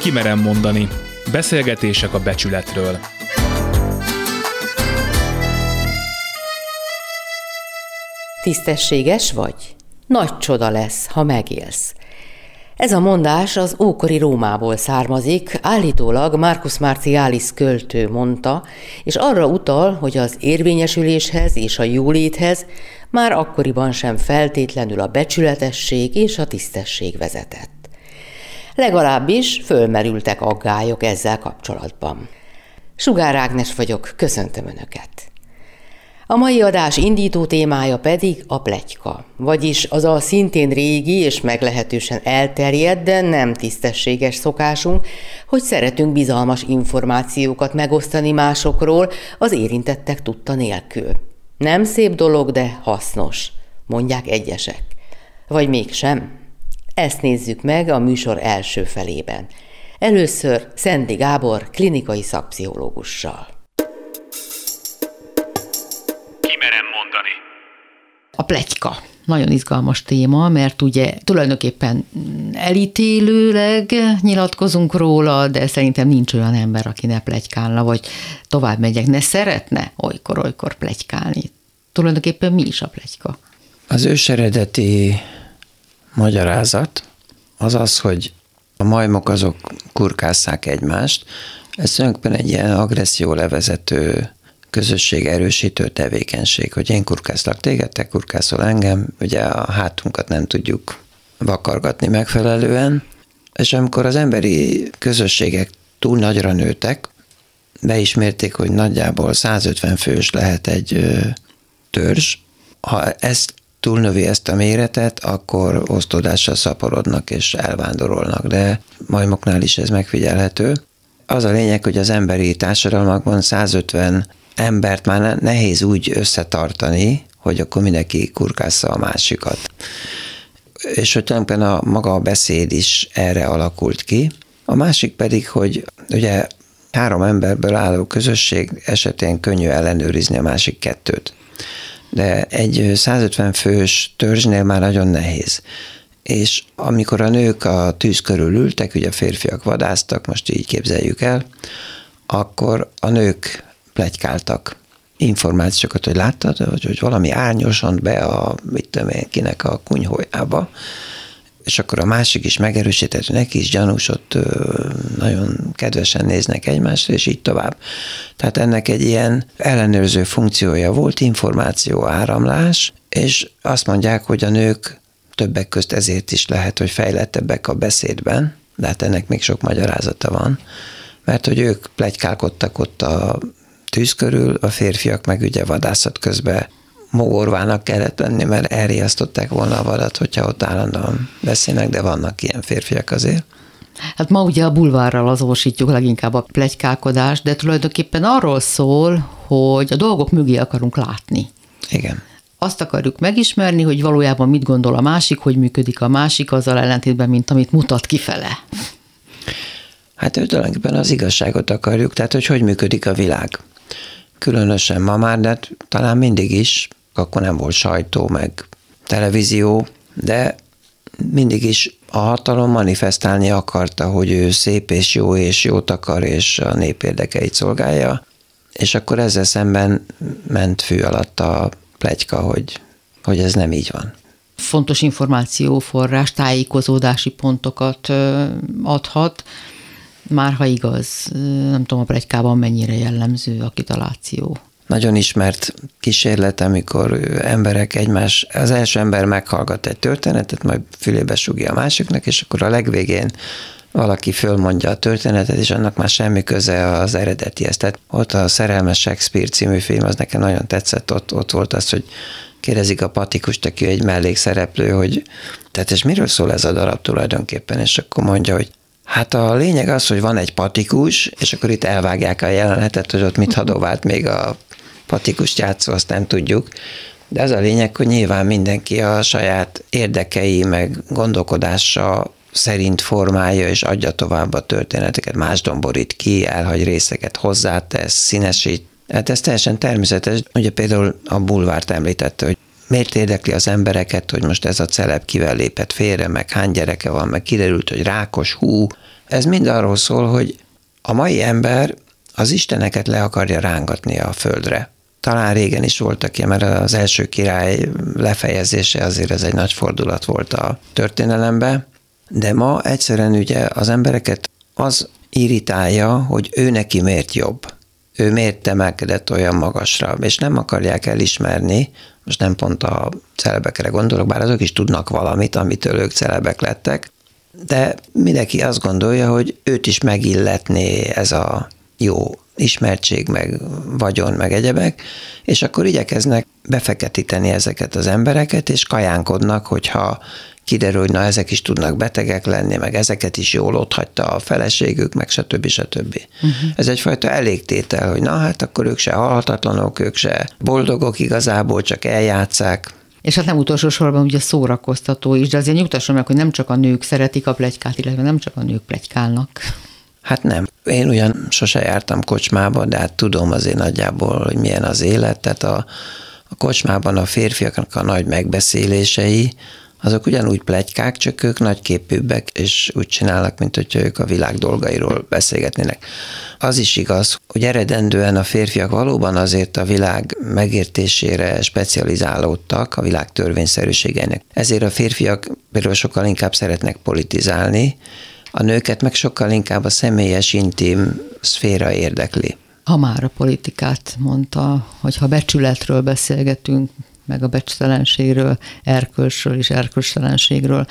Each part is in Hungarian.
Ki merem mondani. Beszélgetések a becsületről. Tisztességes vagy? Nagy csoda lesz, ha megélsz. Ez a mondás az ókori Rómából származik, állítólag Marcus Martialis költő mondta, és arra utal, hogy az érvényesüléshez és a jóléthez már akkoriban sem feltétlenül a becsületesség és a tisztesség vezetett. Legalábbis fölmerültek aggályok ezzel kapcsolatban. Sugár Ágnes vagyok, köszöntöm Önöket! A mai adás indító témája pedig a pletyka, vagyis az a szintén régi és meglehetősen elterjedt, de nem tisztességes szokásunk, hogy szeretünk bizalmas információkat megosztani másokról az érintettek tudta nélkül. Nem szép dolog, de hasznos, mondják egyesek. Vagy mégsem? Ezt nézzük meg a műsor első felében. Először Szendi Gábor klinikai szakpszichológussal. A pletyka. Nagyon izgalmas téma, mert ugye tulajdonképpen elítélőleg nyilatkozunk róla, de szerintem nincs olyan ember, aki ne pletykálna, vagy tovább megyek, ne szeretne olykor pletykálni. Tulajdonképpen mi is a pletyka? Az őseredeti magyarázat az az, hogy a majmok azok kurkásszák egymást. Ez tulajdonképpen egy ilyen agresszió levezető közösség erősítő tevékenység, hogy én kurkászlak téged, te kurkászol engem, ugye a hátunkat nem tudjuk vakargatni megfelelően, és amikor az emberi közösségek túl nagyra nőtek, beismérték, hogy nagyjából 150 fős lehet egy törzs, ha ezt túlnövi ezt a méretet, akkor osztódással szaporodnak és elvándorolnak, de majmoknál is ez megfigyelhető. Az a lényeg, hogy az emberi társadalmakban 150 embert már nehéz úgy összetartani, hogy akkor mindenki kurkásza a másikat. És hogy tulajdonképpen maga a beszéd is erre alakult ki. A másik pedig, hogy ugye 3 emberből álló közösség esetén könnyű ellenőrizni a másik 2-t. De egy 150 fős törzsnél már nagyon nehéz. És amikor a nők a tűz körül ültek, ugye a férfiak vadásztak, most így képzeljük el, akkor a nők pletykáltak információkat, hogy láttad, hogy valami árnyosant be kinek a kunyhójába, és akkor a másik is megerősített, hogy neki is gyanús, ott nagyon kedvesen néznek egymásra, és így tovább. Tehát ennek egy ilyen ellenőrző funkciója volt, információ áramlás, és azt mondják, hogy a nők többek közt ezért is lehet, hogy fejlettebbek a beszédben, de hát ennek még sok magyarázata van, mert hogy ők pletykálkodtak ott a tűz körül, a férfiak meg ugye vadászat közben mogorvának kellett lenni, mert elriasztották volna a vadat, hogyha ott állandóan beszélnek, de vannak ilyen férfiak azért. Hát ma ugye a bulvárral azonosítjuk leginkább a pletykálkodást, de tulajdonképpen arról szól, hogy a dolgok mögé akarunk látni. Igen. Azt akarjuk megismerni, hogy valójában mit gondol a másik, hogy működik a másik, azzal ellentétben, mint amit mutat kifele. Hát tulajdonképpen az igazságot akarjuk, tehát hogy működik a világ. Különösen ma már, de talán mindig is, akkor nem volt sajtó, meg televízió, de mindig is a hatalom manifestálni akarta, hogy ő szép és jót akar, és a nép érdekeit szolgálja, és akkor ezzel szemben ment fű alatt a pletyka, hogy ez nem így van. Fontos információforrás, tájékozódási pontokat adhat, már ha igaz, nem tudom, a pletykában mennyire jellemző a kitaláció. Nagyon ismert kísérlet, amikor emberek az első ember meghallgat egy történetet, majd fülébe sugja a másiknak, és akkor a legvégén valaki fölmondja a történetet, és annak már semmi köze az eredetihez. Tehát ott a Szerelmes Shakespeare című film, az nekem nagyon tetszett, ott volt az, hogy kérdezik a patikust, aki egy mellékszereplő, hogy tehát és miről szól ez a darab tulajdonképpen, és akkor mondja, hogy hát a lényeg az, hogy van egy patikus, és akkor itt elvágják a jelenetet, hogy ott mit hadovált még a patikust játszó, azt nem tudjuk. De az a lényeg, hogy nyilván mindenki a saját érdekei, meg gondolkodása szerint formálja és adja tovább a történeteket, más domborít ki, elhagy részeket, hozzátesz, színesít. Hát ez teljesen természetes. Ugye például a bulvárt említette, hogy miért érdekli az embereket, hogy most ez a celeb kivel lépett félre, meg hány gyereke van, meg kiderült, hogy rákos, Ez mind arról szól, hogy a mai ember az isteneket le akarja rángatni a földre. Talán régen is voltak ilyen, mert az első király lefejezése azért ez egy nagy fordulat volt a történelemben, de ma egyszerűen ugye az embereket az irritálja, hogy ő neki miért jobb. Ő miért emelkedett olyan magasra, és nem akarják elismerni, most nem pont a celebekre gondolok, bár azok is tudnak valamit, amitől ők celebek lettek, de mindenki azt gondolja, hogy őt is megilletné ez a jó ismertség, meg vagyon, meg egyebek, és akkor igyekeznek befeketíteni ezeket az embereket, és kajánkodnak, hogyha kiderül, hogy na ezek is tudnak betegek lenni, meg ezeket is jól otthagyta a feleségük, meg stb. Ez egyfajta elégtétel, hogy na hát akkor ők se halhatatlanok, ők se boldogok igazából, csak eljátsszák. És hát nem utolsó sorban ugye szórakoztató is, de azért nyugtasson meg, hogy nem csak a nők szeretik a pletykát, illetve nem csak a nők pletykálnak. Hát nem. Én ugyan sose jártam kocsmába, de hát tudom azért nagyjából, hogy milyen az élet. Tehát a kocsmában a férfiaknak a nagy megbeszélései, azok ugyanúgy pletykák, csak ők nagyképűbbek, és úgy csinálnak, mint hogyha ők a világ dolgairól beszélgetnének. Az is igaz, hogy eredendően a férfiak valóban azért a világ megértésére specializálódtak, a világ törvényszerűségeinek. Ezért a férfiak például sokkal inkább szeretnek politizálni, a nőket meg sokkal inkább a személyes, intim szféra érdekli. Ha már a politikát mondta, hogy ha becsületről beszélgetünk, meg a becstelenségről, erkölcsről és erkölcstelenségről,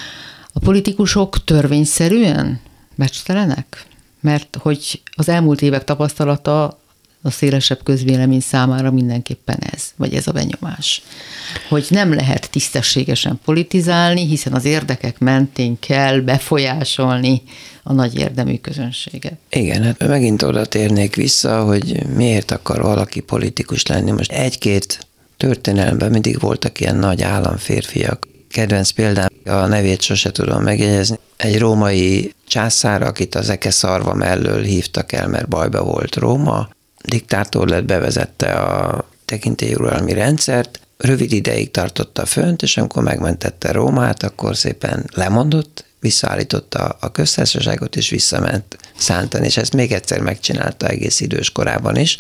a politikusok törvényszerűen becstelenek? Mert hogy az elmúlt évek tapasztalata a szélesebb közvélemény számára mindenképpen ez, vagy ez a benyomás. Hogy nem lehet tisztességesen politizálni, hiszen az érdekek mentén kell befolyásolni a nagy érdemű közönséget. Igen, hát megint oda térnék vissza, hogy miért akar valaki politikus lenni. Most egy-két történelemben mindig voltak ilyen nagy államférfiak. Kedvenc példám, a nevét sose tudom megjegyezni, egy római császár, akit az eke szarva mellől hívtak el, mert bajba volt Róma, diktátor lett, bevezette a tekintélyuralmi rendszert, rövid ideig tartotta fönt, és amikor megmentette Rómát, akkor szépen lemondott, visszaállította a köztársaságot, és visszament szántani, és ezt még egyszer megcsinálta egész idős korában is.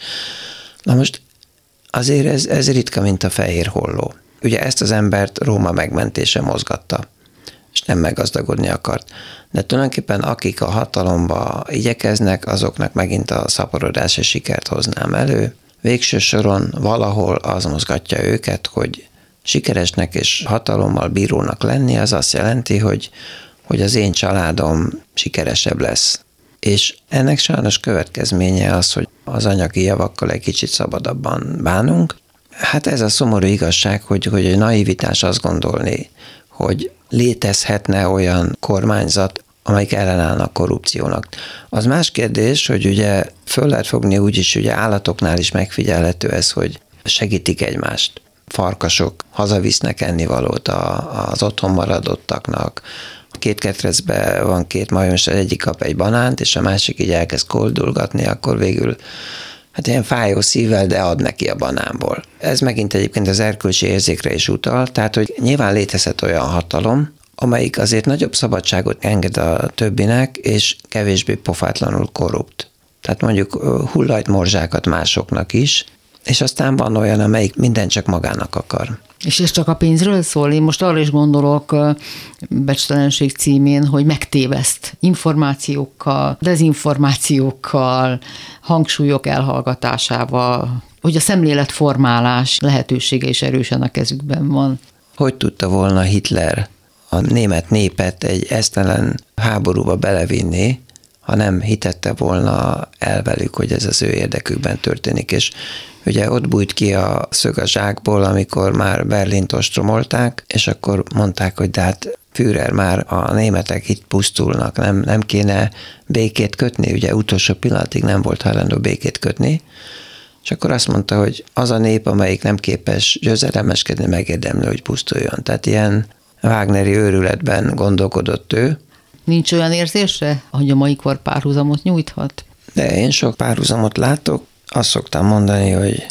Na most azért ez ritka, mint a fehér holló. Ugye ezt az embert Róma megmentése mozgatta, és nem meggazdagodni akart. De tulajdonképpen akik a hatalomba igyekeznek, azoknak megint a szaporodási sikert hoznám elő. Végső soron valahol az mozgatja őket, hogy sikeresnek és hatalommal bírónak lenni, az azt jelenti, hogy az én családom sikeresebb lesz. És ennek sajnos következménye az, hogy az anyagi javakkal egy kicsit szabadabban bánunk. Hát ez a szomorú igazság, hogy a naivitás azt gondolni, hogy létezhetne olyan kormányzat, amelyik ellenállna a korrupciónak. Az más kérdés, hogy ugye föl lehet fogni úgyis, ugye állatoknál is megfigyelhető ez, hogy segítik egymást. Farkasok hazavisznek ennivalót az otthon maradottaknak, két ketrecben van két majom, és egyik kap egy banánt, és a másik így elkezd koldulgatni, akkor végül hát ilyen fájó szívvel, de ad neki a banánból. Ez megint egyébként az erkölcsi érzékre is utal, tehát hogy nyilván létezhet olyan hatalom, amelyik azért nagyobb szabadságot enged a többinek, és kevésbé pofátlanul korrupt. Tehát mondjuk hullajt morzsákat másoknak is, és aztán van olyan, amelyik mindent csak magának akar. És ez csak a pénzről szól? Én most arra is gondolok becstelenség címén, hogy megtéveszt információkkal, dezinformációkkal, hangsúlyok elhallgatásával, hogy a szemléletformálás lehetősége is erősen a kezükben van. Hogy tudta volna Hitler a német népet egy esztelen háborúba belevinni, ha nem hitette volna el velük, hogy ez az ő érdekükben történik. És ugye ott bújt ki a szög a zsákból, amikor már Berlint ostromolták, és akkor mondták, hogy de hát Führer, már a németek itt pusztulnak, nem kéne békét kötni, ugye utolsó pillanatig nem volt hajlandó békét kötni, és akkor azt mondta, hogy az a nép, amelyik nem képes győzedelmeskedni, megérdemli, hogy pusztuljon. Tehát ilyen Wagneri őrületben gondolkodott ő. Nincs olyan érzése, hogy a mai kor párhuzamot nyújthat? De én sok párhuzamot látok. Azt szoktam mondani, hogy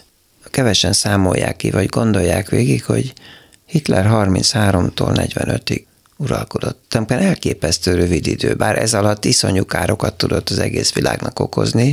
kevesen számolják ki, vagy gondolják végig, hogy Hitler 33-tól 45-ig uralkodott. Tulajdonképpen elképesztő rövid idő, bár ez alatt iszonyú károkat tudott az egész világnak okozni,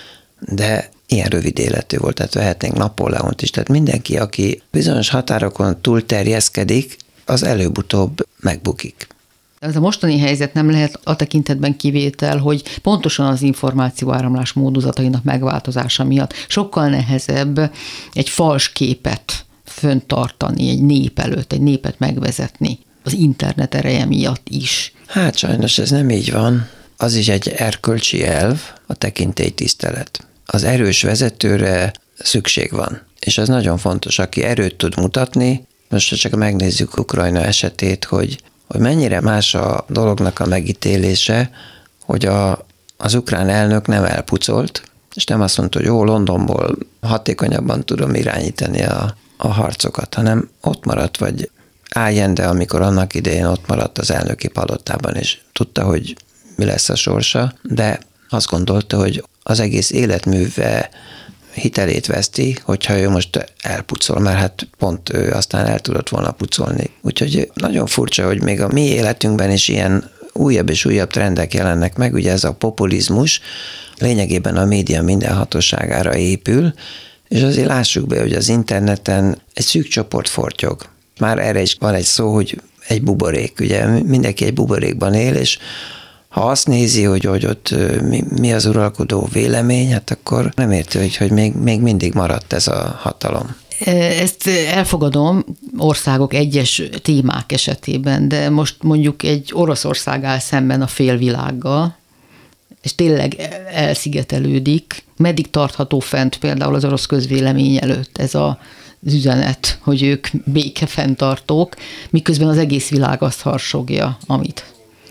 de ilyen rövid életű volt, tehát vehetnénk Napóleont is. Tehát mindenki, aki bizonyos határokon túl terjeszkedik, az előbb-utóbb megbukik. Ez a mostani helyzet nem lehet a tekintetben kivétel, hogy pontosan az információáramlás módozatainak megváltozása miatt sokkal nehezebb egy fals képet föntartani egy nép előtt, egy népet megvezetni az internet ereje miatt is. Hát sajnos ez nem így van. Az is egy erkölcsi elv, a tekintélytisztelet. Az erős vezetőre szükség van, és az nagyon fontos, aki erőt tud mutatni. Most csak megnézzük Ukrajna esetét, hogy mennyire más a dolognak a megítélése, hogy az ukrán elnök nem elpucolt, és nem azt mondta, hogy jó, Londonból hatékonyabban tudom irányítani a harcokat, hanem ott maradt, vagy Allende, amikor annak idején ott maradt az elnöki palotában, és tudta, hogy mi lesz a sorsa, de azt gondolta, hogy az egész életműve hitelét veszti, hogyha ő most elpucol, mert hát pont ő aztán el tudott volna pucolni. Úgyhogy nagyon furcsa, hogy még a mi életünkben is ilyen újabb és újabb trendek jelennek meg, ugye ez a populizmus lényegében a média mindenhatóságára épül, és azért lássuk be, hogy az interneten egy szűk csoport fortyog. Már erre is van egy szó, hogy egy buborék, ugye mindenki egy buborékban él, és ha azt nézi, hogy ott mi az uralkodó vélemény, hát akkor nem érti, hogy még mindig maradt ez a hatalom. Ezt elfogadom országok egyes témák esetében, de most mondjuk egy Oroszország áll szemben a félvilággal, és tényleg elszigetelődik. Meddig tartható fent például az orosz közvélemény előtt ez az üzenet, hogy ők békefenntartók, miközben az egész világ azt harsogja, amit.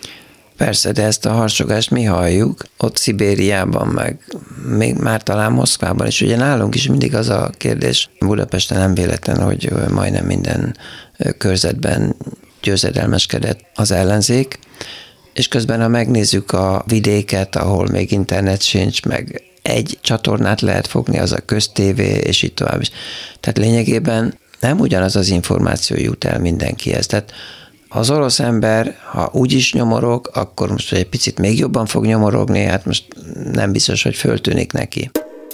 Persze, de ezt a harsogást mi halljuk, ott Szibériában, meg még már talán Moszkvában is. Ugye nálunk is mindig az a kérdés, Budapesten nem véletlen, hogy majdnem minden körzetben győzedelmeskedett az ellenzék, és közben, ha megnézzük a vidéket, ahol még internet sincs, meg egy csatornát lehet fogni, az a köztévé, és így tovább is. Tehát lényegében nem ugyanaz az információ jut el mindenkihez. Tehát az orosz ember, ha úgy is nyomorog, akkor most egy picit még jobban fog nyomorogni, hát most nem biztos, hogy föltűnik neki.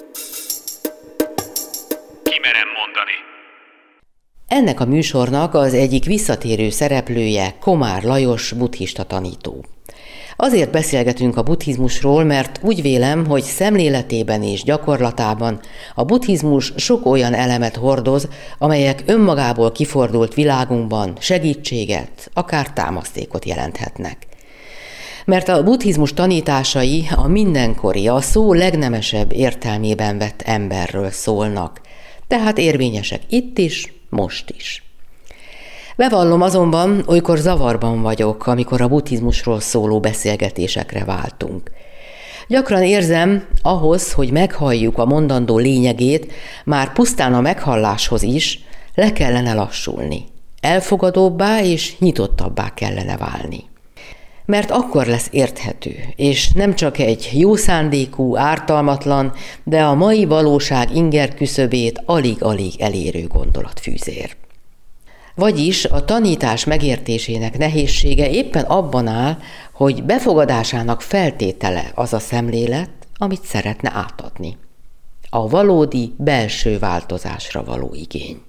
Kimerem mondani. Ennek a műsornak az egyik visszatérő szereplője Komár Lajos buddhista tanító. Azért beszélgetünk a buddhizmusról, mert úgy vélem, hogy szemléletében és gyakorlatában a buddhizmus sok olyan elemet hordoz, amelyek önmagából kifordult világunkban segítséget, akár támasztékot jelenthetnek. Mert a buddhizmus tanításai a mindenkori, a szó legnemesebb értelmében vett emberről szólnak, tehát érvényesek itt is, most is. Bevallom azonban, olykor zavarban vagyok, amikor a buddhizmusról szóló beszélgetésekre váltunk. Gyakran érzem, ahhoz, hogy meghalljuk a mondandó lényegét, már pusztán a meghalláshoz is le kellene lassulni. Elfogadóbbá és nyitottabbá kellene válni. Mert akkor lesz érthető, és nem csak egy jó szándékú, ártalmatlan, de a mai valóság inger küszöbét alig-alig elérő gondolatfűzér. Vagyis a tanítás megértésének nehézsége éppen abban áll, hogy befogadásának feltétele az a szemlélet, amit szeretne átadni. A valódi belső változásra való igény.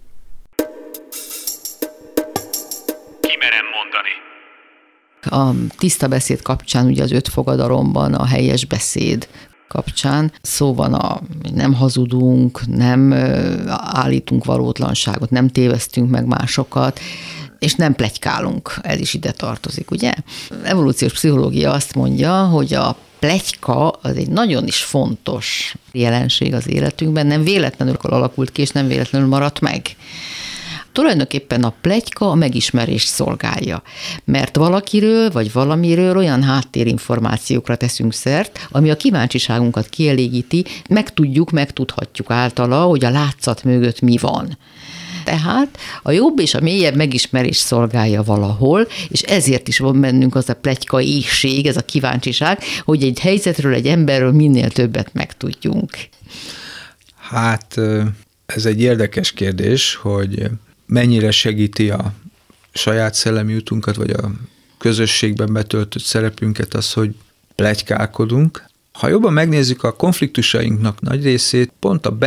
Kimerem mondani. A tiszta beszéd kapcsán, ugye az 5 fogadalomban a helyes beszéd kapcsán szó van nem hazudunk, nem állítunk valótlanságot, nem tévesztünk meg másokat, és nem pletykálunk, ez is ide tartozik, ugye? Evolúciós pszichológia azt mondja, hogy a pletyka az egy nagyon is fontos jelenség az életünkben, nem véletlenül alakult ki, és nem véletlenül maradt meg. Tulajdonképpen a pletyka a megismerést szolgálja, mert valakiről vagy valamiről olyan háttérinformációkra teszünk szert, ami a kíváncsiságunkat kielégíti, megtudhatjuk általa, hogy a látszat mögött mi van. Tehát a jobb és a mélyebb megismerés szolgálja valahol, és ezért is van bennünk az a pletyka éhség, ez a kíváncsiság, hogy egy helyzetről, egy emberről minél többet megtudjunk. Hát Ez egy érdekes kérdés, hogy mennyire segíti a saját szellemi utunkat, vagy a közösségben betöltött szerepünket az, hogy pletykálkodunk. Ha jobban megnézzük, a konfliktusainknak nagy részét pont a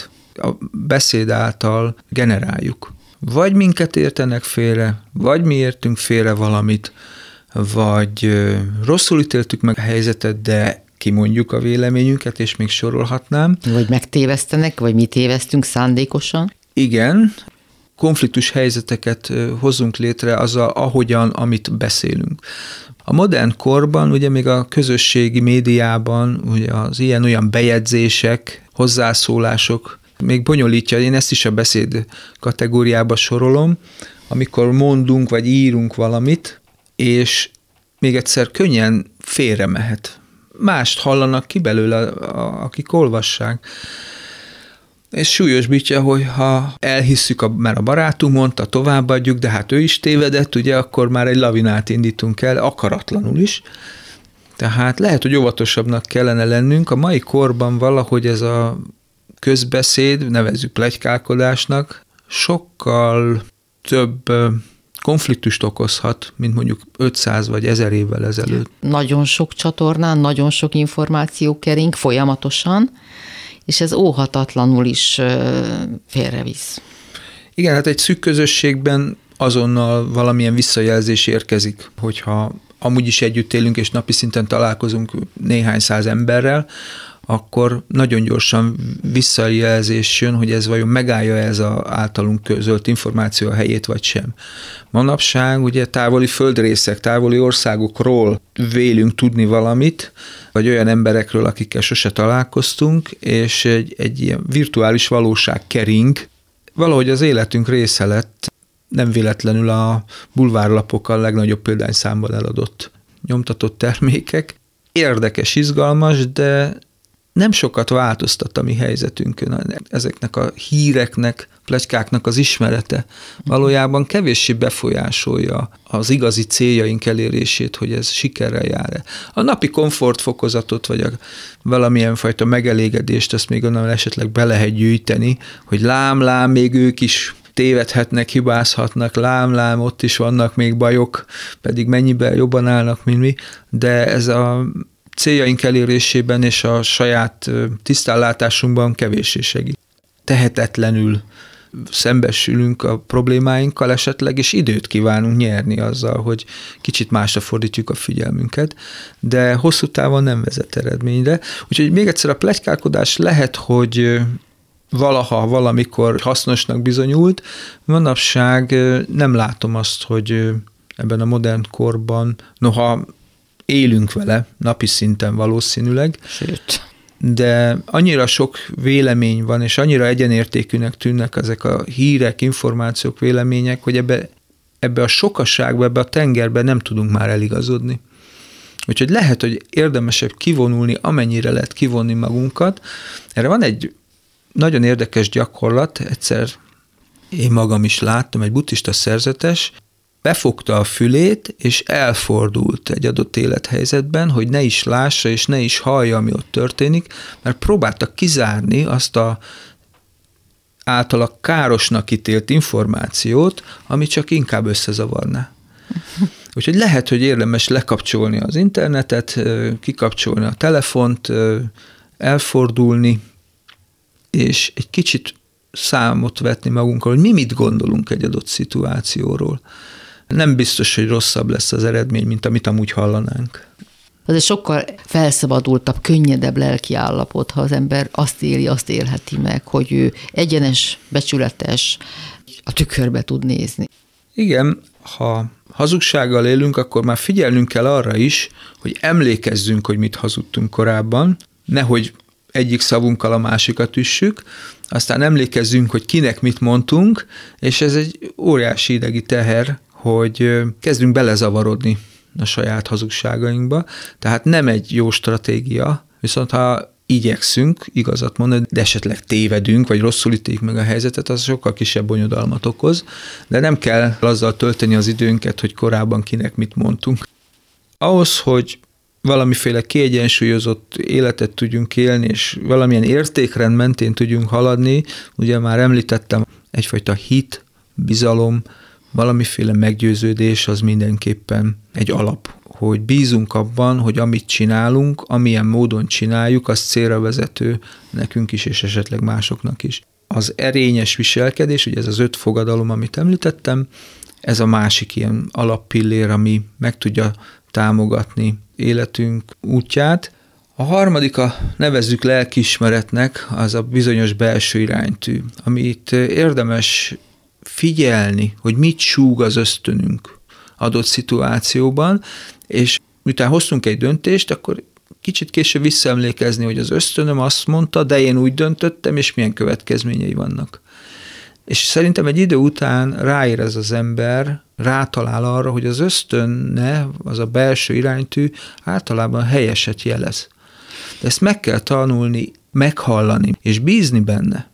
beszéd által generáljuk. Vagy minket értenek félre, vagy mi értünk félre valamit, vagy rosszul ítéltük meg a helyzetet, de kimondjuk a véleményünket, és még sorolhatnám. Vagy megtévesztenek, vagy mi tévesztünk szándékosan. Igen, konfliktus helyzeteket hozzunk létre azzal, ahogyan, amit beszélünk. A modern korban, ugye még a közösségi médiában ugye az ilyen-olyan bejegyzések, hozzászólások még bonyolítja, én ezt is a beszéd kategóriába sorolom, amikor mondunk vagy írunk valamit, és még egyszer könnyen félre mehet. Mást hallanak ki belőle, akik olvassák. És súlyosbítja, hogy ha elhisszük, mert a barátunk mondta, továbbadjuk, de hát ő is tévedett, ugye, akkor már egy lavinát indítunk el, akaratlanul is. Tehát lehet, hogy óvatosabbnak kellene lennünk. A mai korban valahogy ez a közbeszéd, nevezzük pletykálkodásnak, sokkal több konfliktust okozhat, mint mondjuk 500 vagy 1000 évvel ezelőtt. Nagyon sok csatornán, nagyon sok információ kering folyamatosan, és ez óhatatlanul is félrevisz. Igen, hát egy szűk közösségben azonnal valamilyen visszajelzés érkezik, hogyha amúgy is együtt élünk, és napi szinten találkozunk néhány száz emberrel, akkor nagyon gyorsan visszajelzés jön, hogy ez vajon megállja ez az általunk közölt információ a helyét, vagy sem. Manapság ugye távoli földrészek, távoli országokról vélünk tudni valamit, vagy olyan emberekről, akikkel sose találkoztunk, és egy ilyen virtuális valóság kering, valahogy az életünk része lett, nem véletlenül a bulvárlapok a legnagyobb példányszámban eladott nyomtatott termékek. Érdekes, izgalmas, de nem sokat változtat a mi helyzetünkön. Ezeknek a híreknek, pletykáknak az ismerete valójában kevéssé befolyásolja az igazi céljaink elérését, hogy ez sikerrel jár-e. A napi komfortfokozatot, vagy valamilyen fajta megelégedést, ezt még onnan esetleg be lehet gyűjteni, hogy lám, még ők is tévedhetnek, hibázhatnak, lám, ott is vannak még bajok, pedig mennyiben jobban állnak, mint mi, de ez a céljaink elérésében és a saját tisztánlátásunkban kevéssé segít. Tehetetlenül szembesülünk a problémáinkkal esetleg, és időt kívánunk nyerni azzal, hogy kicsit másra fordítjuk a figyelmünket, de hosszú távon nem vezet eredményre. Úgyhogy még egyszer a pletykálkodás lehet, hogy valaha, valamikor hasznosnak bizonyult, manapság nem látom azt, hogy ebben a modern korban, noha élünk vele napi szinten valószínűleg. Sőt. De annyira sok vélemény van, és annyira egyenértékűnek tűnnek ezek a hírek, információk, vélemények, hogy ebbe a sokaságba, ebbe a tengerbe nem tudunk már eligazodni. Úgyhogy lehet, hogy érdemesebb kivonulni, amennyire lehet kivonni magunkat. Erre van egy nagyon érdekes gyakorlat, egyszer én magam is láttam, egy buddhista szerzetes, befogta a fülét, és elfordult egy adott élethelyzetben, hogy ne is lássa, és ne is hallja, ami ott történik, mert próbálta kizárni azt a általa károsnak ítélt információt, ami csak inkább összezavarná. Úgyhogy lehet, hogy érdemes lekapcsolni az internetet, kikapcsolni a telefont, elfordulni, és egy kicsit számot vetni magunkkal, hogy mi mit gondolunk egy adott szituációról. Nem biztos, hogy rosszabb lesz az eredmény, mint amit amúgy hallanánk. Az egy sokkal felszabadultabb, könnyedebb lelki állapot, ha az ember azt éli, azt élheti meg, hogy ő egyenes, becsületes, a tükörbe tud nézni. Igen, ha hazugsággal élünk, akkor már figyelnünk kell arra is, hogy emlékezzünk, hogy mit hazudtunk korábban, nehogy egyik szavunkkal a másikat üssük, aztán emlékezzünk, hogy kinek mit mondtunk, és ez egy óriási idegi teher, hogy kezdünk belezavarodni a saját hazugságainkba. Tehát nem egy jó stratégia, viszont ha igyekszünk igazat mondani, de esetleg tévedünk, vagy rosszul ítéljük meg a helyzetet, az sokkal kisebb bonyodalmat okoz, de nem kell azzal tölteni az időnket, hogy korábban kinek mit mondtunk. Ahhoz, hogy valamiféle kiegyensúlyozott életet tudjunk élni, és valamilyen értékrend mentén tudjunk haladni, ugye már említettem, egyfajta hit, bizalom, valamiféle meggyőződés az mindenképpen egy alap, hogy bízunk abban, hogy amit csinálunk, amilyen módon csináljuk, az célra vezető nekünk is, és esetleg másoknak is. Az erényes viselkedés, ugye ez az 5 fogadalom, amit említettem, ez a másik ilyen alappillér, ami meg tudja támogatni életünk útját. A harmadik, nevezzük lelkiismeretnek, az a bizonyos belső iránytű, amit érdemes figyelni, hogy mit súg az ösztönünk adott szituációban, és miután hoztunk egy döntést, akkor kicsit később visszaemlékezni, hogy az ösztönöm azt mondta, de én úgy döntöttem, és milyen következményei vannak. És szerintem egy idő után ráér ez az ember, rátalál arra, hogy az ösztönne, az a belső iránytű általában helyeset jelez. De ezt meg kell tanulni, meghallani, és bízni benne.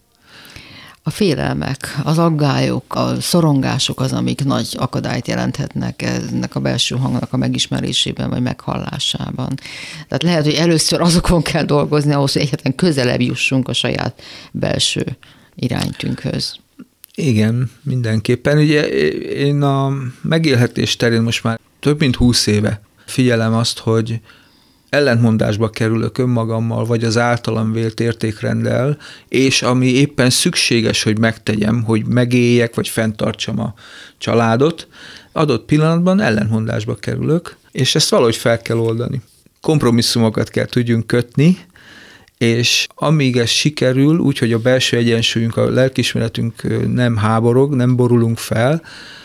A félelmek, az aggályok, a szorongások az, amik nagy akadályt jelenthetnek ennek a belső hangnak a megismerésében vagy meghallásában. Tehát lehet, hogy először azokon kell dolgozni, ahhoz, hogy egyáltalán közelebb jussunk a saját belső iránytünkhöz. Igen, mindenképpen. Ugye én a megélhetés terén most már több mint 20 éve figyelem azt, hogy ellentmondásba kerülök önmagammal, vagy az általam vélt értékrenddel, és ami éppen szükséges, hogy megtegyem, hogy megéljek, vagy fenntartsam a családot, adott pillanatban ellentmondásba kerülök, és ezt valahogy fel kell oldani. Kompromisszumokat kell tudjunk kötni, és amíg ez sikerül, úgyhogy a belső egyensúlyunk, a lelkiismeretünk nem háborog, nem borulunk fel,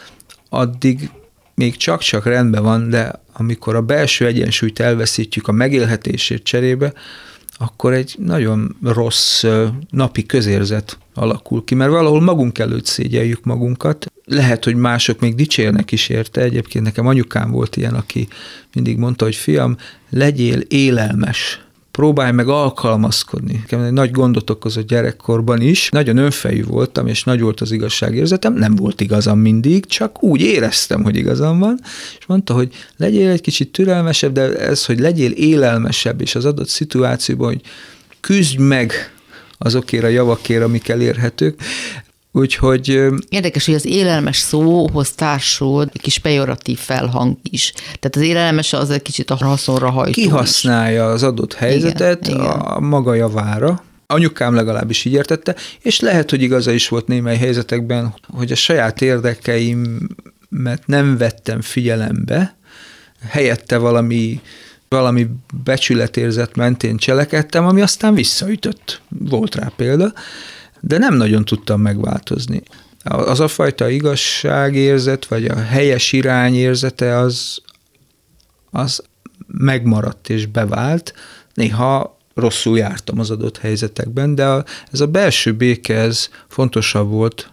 addig még csak-csak rendben van, de amikor a belső egyensúlyt elveszítjük a megélhetésért cserébe, akkor egy nagyon rossz napi közérzet alakul ki, mert valahol magunk előtt szégyeljük magunkat. Lehet, hogy mások még dicsérnek is érte. Egyébként nekem anyukám volt ilyen, aki mindig mondta, hogy fiam, legyél élelmes. Próbálj meg alkalmazkodni. Nekem egy nagy gondot okozott gyerekkorban is. Nagyon önfejű voltam, és nagy volt az igazságérzetem. Nem volt igazam mindig, csak úgy éreztem, hogy igazam van. És mondta, hogy legyél egy kicsit türelmesebb, de ez, hogy legyél élelmesebb, és az adott szituációban, hogy küzdj meg azokért a javakért, amik elérhetők. Úgyhogy... Érdekes, hogy az élelmes szóhoz társul egy kis pejoratív felhang is. Tehát az élelmes az egy kicsit a haszonra hajtó. Kihasználja az adott helyzetet igen. A maga javára. Anyukám legalábbis így értette, és lehet, hogy igaza is volt némely helyzetekben, hogy a saját érdekeimet nem vettem figyelembe, helyette valami becsületérzet mentén cselekedtem, ami aztán visszaütött. Volt rá példa, de nem nagyon tudtam megváltozni. Az a fajta igazságérzet, vagy a helyes irányérzete az megmaradt és bevált. Néha rosszul jártam az adott helyzetekben, de ez a belső béke, ez fontosabb volt.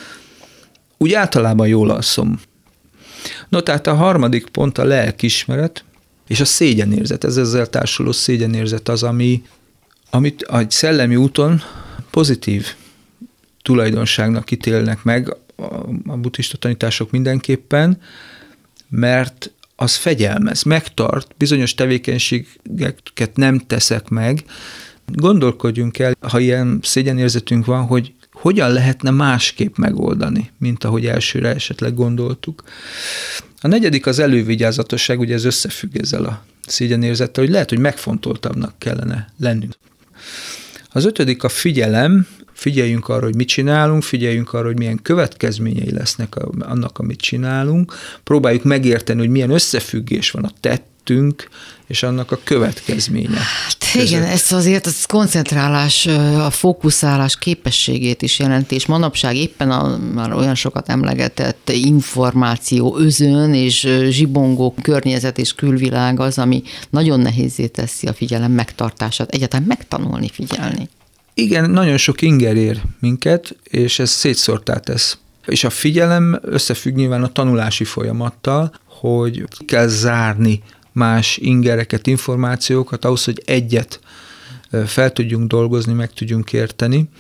Úgy általában jól alszom. No, tehát a harmadik pont a lelkiismeret, és a szégyenérzet. Ez ezzel társuló szégyenérzet az, amit a szellemi úton pozitív tulajdonságnak ítélnek meg a buddhista tanítások mindenképpen, mert az fegyelmez, megtart, bizonyos tevékenységeket nem teszek meg. Gondolkodjunk el, ha ilyen szégyenérzetünk van, hogy hogyan lehetne másképp megoldani, mint ahogy elsőre esetleg gondoltuk. A negyedik az elővigyázatosság, ugye ez összefügg ezzel a szégyenérzettel, hogy lehet, hogy megfontoltabbnak kellene lennünk. Az ötödik a figyelem, figyeljünk arra, hogy mit csinálunk, figyeljünk arra, hogy milyen következményei lesznek annak, amit csinálunk, próbáljuk megérteni, hogy milyen összefüggés van a tettünk és annak a következménye. Hát igen, ez azért az koncentrálás, a fókuszálás képességét is jelenti, és manapság éppen a már olyan sokat emlegetett információ özön és zsibongó környezet és külvilág az, ami nagyon nehézzé teszi a figyelem megtartását, egyáltalán megtanulni figyelni. Igen, nagyon sok inger ér minket, és ez szétszórtá tesz. És a figyelem összefügg nyilván a tanulási folyamattal, hogy ki kell zárni más ingereket, információkat ahhoz, hogy egyet fel tudjunk dolgozni, meg tudjunk érteni.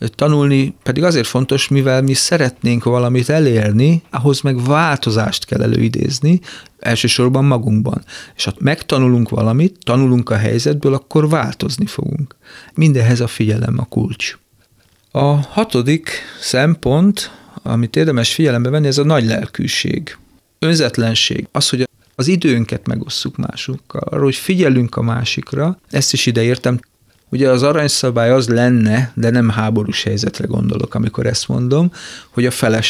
Tanulni pedig azért fontos, mivel mi szeretnénk valamit elérni, ahhoz meg változást kell előidézni, elsősorban magunkban. És ha megtanulunk valamit, tanulunk a helyzetből, akkor változni fogunk. Mindenhez a figyelem a kulcs. A 6. szempont, amit érdemes figyelembe venni, ez a nagylelkűség, önzetlenség, az, hogy az időnket megosszuk másokkal, arról, hogy figyelünk a másikra, ezt is ide értem. Ugye az aranyszabály az lenne, de nem háborús helyzetre gondolok, amikor ezt mondom, hogy a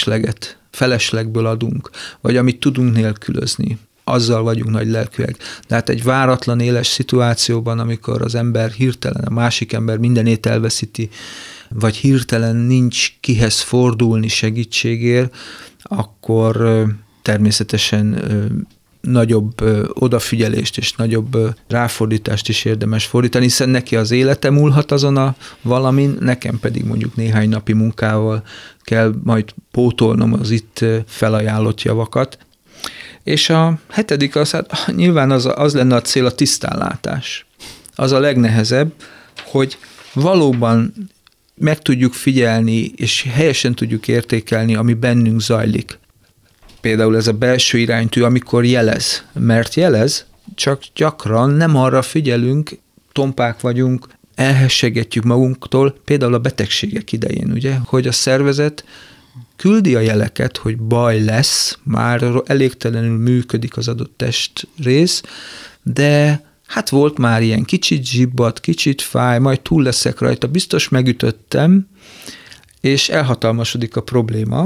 feleslegből adunk, vagy amit tudunk nélkülözni, azzal vagyunk nagylelkűek. De hát egy váratlan éles szituációban, amikor az ember hirtelen, a másik ember mindenét elveszíti, vagy hirtelen nincs kihez fordulni segítségért, akkor természetesen nagyobb odafigyelést és nagyobb ráfordítást is érdemes fordítani, hiszen neki az élete múlhat azon a valamin, nekem pedig mondjuk néhány napi munkával kell majd pótolnom az itt felajánlott javakat. És a 7. hát nyilván az lenne a cél, a tisztánlátás. Az a legnehezebb, hogy valóban meg tudjuk figyelni, és helyesen tudjuk értékelni, ami bennünk zajlik. Például ez a belső iránytű, amikor jelez. Mert jelez, csak gyakran nem arra figyelünk, tompák vagyunk, elhessegetjük magunktól, például a betegségek idején, ugye, hogy a szervezet küldi a jeleket, hogy baj lesz, már elégtelenül működik az adott testrész, de hát volt már ilyen kicsit zsibbat, kicsit fáj, majd túl leszek rajta, biztos megütöttem, és elhatalmasodik a probléma,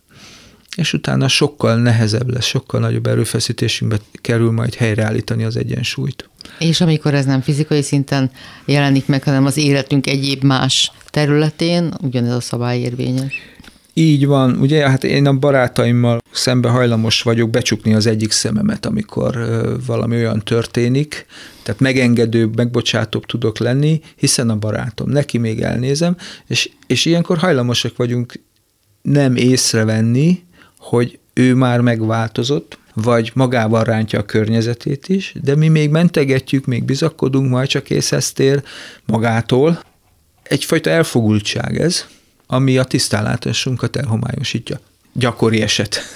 és utána sokkal nehezebb lesz, sokkal nagyobb erőfeszítésünkbe kerül majd helyreállítani az egyensúlyt. És amikor ez nem fizikai szinten jelenik meg, hanem az életünk egyéb más területén, ugyanez a szabály érvényes. Így van, ugye, hát én a barátaimmal szembe hajlamos vagyok becsukni az egyik szememet, amikor valami olyan történik, tehát megengedőbb, megbocsátóbb tudok lenni, hiszen a barátom, neki még elnézem, és ilyenkor hajlamosak vagyunk nem észrevenni, hogy ő már megváltozott, vagy magával rántja a környezetét is, de mi még mentegetjük, még bizakodunk, majd csak észhez tér magától. Egyfajta elfogultság ez, ami a tisztánlátásunkat elhomályosítja. Gyakori eset.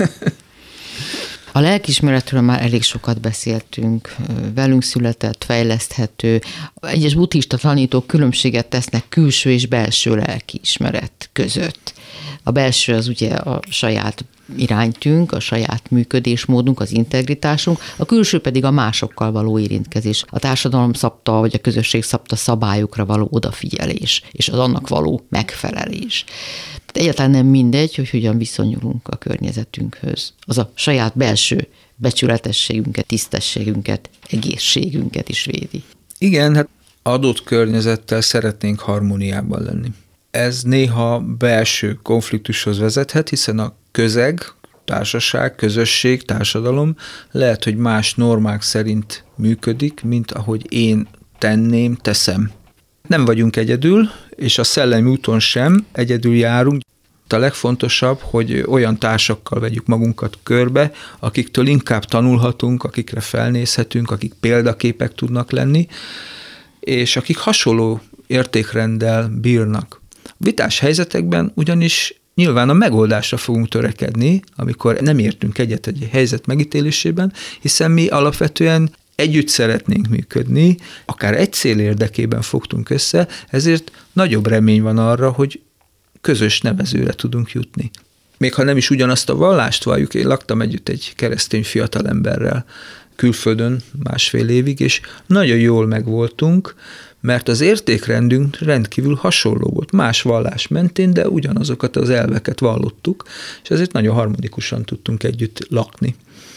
A lelkiismeretről már elég sokat beszéltünk, velünk született, fejleszthető. Egyes buddhista tanítók különbséget tesznek külső és belső lelkiismeret között. A belső az ugye a saját iránytűnk, a saját működésmódunk, az integritásunk, a külső pedig a másokkal való érintkezés, a társadalom szabta, vagy a közösség szabta szabályokra való odafigyelés, és az annak való megfelelés. Tehát egyáltalán nem mindegy, hogy hogyan viszonyulunk a környezetünkhöz. Az a saját belső becsületességünket, tisztességünket, egészségünket is védi. Igen, hát adott környezettel szeretnénk harmóniában lenni. Ez néha belső konfliktushoz vezethet, hiszen a közeg, társaság, közösség, társadalom lehet, hogy más normák szerint működik, mint ahogy én teszem. Nem vagyunk egyedül, és a szellemi úton sem egyedül járunk. A legfontosabb, hogy olyan társakkal vegyük magunkat körbe, akiktől inkább tanulhatunk, akikre felnézhetünk, akik példaképek tudnak lenni, és akik hasonló értékrenddel bírnak. Vitás helyzetekben ugyanis nyilván a megoldásra fogunk törekedni, amikor nem értünk egyet egy helyzet megítélésében, hiszen mi alapvetően együtt szeretnénk működni, akár egy cél érdekében fogtunk össze, ezért nagyobb remény van arra, hogy közös nevezőre tudunk jutni. Még ha nem is ugyanazt a vallást valljuk, én laktam együtt egy keresztény fiatalemberrel külföldön 1,5 évig, és nagyon jól megvoltunk, mert az értékrendünk rendkívül hasonló volt. Más vallás mentén, de ugyanazokat az elveket vallottuk, és ezért nagyon harmonikusan tudtunk együtt lakni.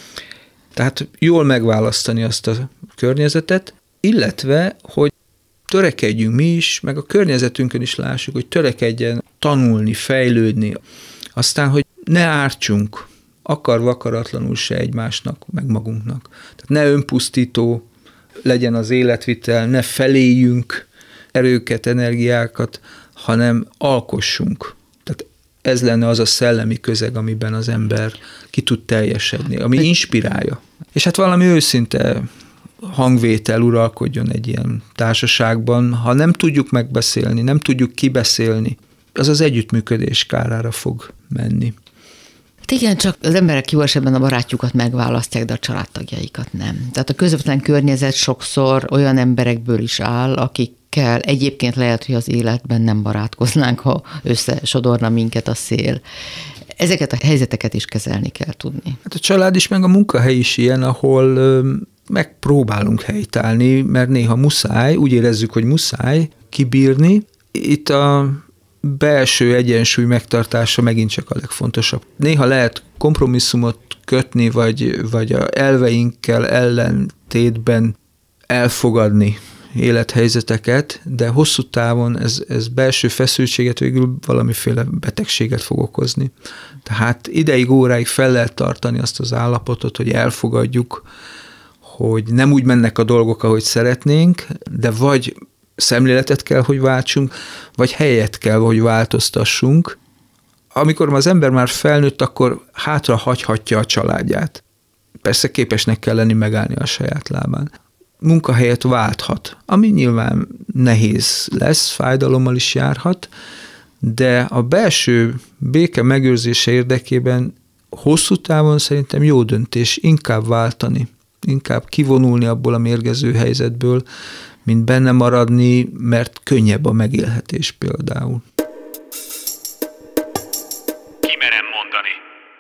Tehát jól megválasztani azt a környezetet, illetve, hogy törekedjünk mi is, meg a környezetünkön is lássuk, hogy törekedjen tanulni, fejlődni, aztán, hogy ne ártsunk, akarva akaratlanul se egymásnak, meg magunknak. Tehát ne önpusztító legyen az életvitel, ne feléljünk erőket, energiákat, hanem alkossunk. Tehát ez lenne az a szellemi közeg, amiben az ember ki tud teljesedni, ami inspirálja. És hát valami őszinte hangvétel uralkodjon egy ilyen társaságban. Ha nem tudjuk megbeszélni, nem tudjuk kibeszélni, az az együttműködés kárára fog menni. Igen, csak az emberek jó esetben a barátjukat megválasztják, de a családtagjaikat nem. Tehát a közvetlen környezet sokszor olyan emberekből is áll, akikkel egyébként lehet, hogy az életben nem barátkoznánk, ha összesodorna minket a szél. Ezeket a helyzeteket is kezelni kell tudni. Hát a család is, meg a munkahely is ilyen, ahol megpróbálunk helytállni, mert néha muszáj, úgy érezzük, hogy muszáj kibírni. Itt a belső egyensúly megtartása megint csak a legfontosabb. Néha lehet kompromisszumot kötni, vagy a elveinkkel ellentétben elfogadni élethelyzeteket, de hosszú távon ez belső feszültséget, végül valamiféle betegséget fog okozni. Tehát ideig, óráig fel lehet tartani azt az állapotot, hogy elfogadjuk, hogy nem úgy mennek a dolgok, ahogy szeretnénk, de vagy szemléletet kell, hogy váltsunk, vagy helyet kell, hogy változtassunk. Amikor az ember már felnőtt, akkor hátra hagyhatja a családját. Persze képesnek kell lenni megállni a saját lábán. Munkahelyet válthat, ami nyilván nehéz lesz, fájdalommal is járhat, de a belső béke megőrzése érdekében hosszú távon szerintem jó döntés inkább váltani, inkább kivonulni abból a mérgező helyzetből, mint benne maradni, mert könnyebb a megélhetés például. Kimerem mondani.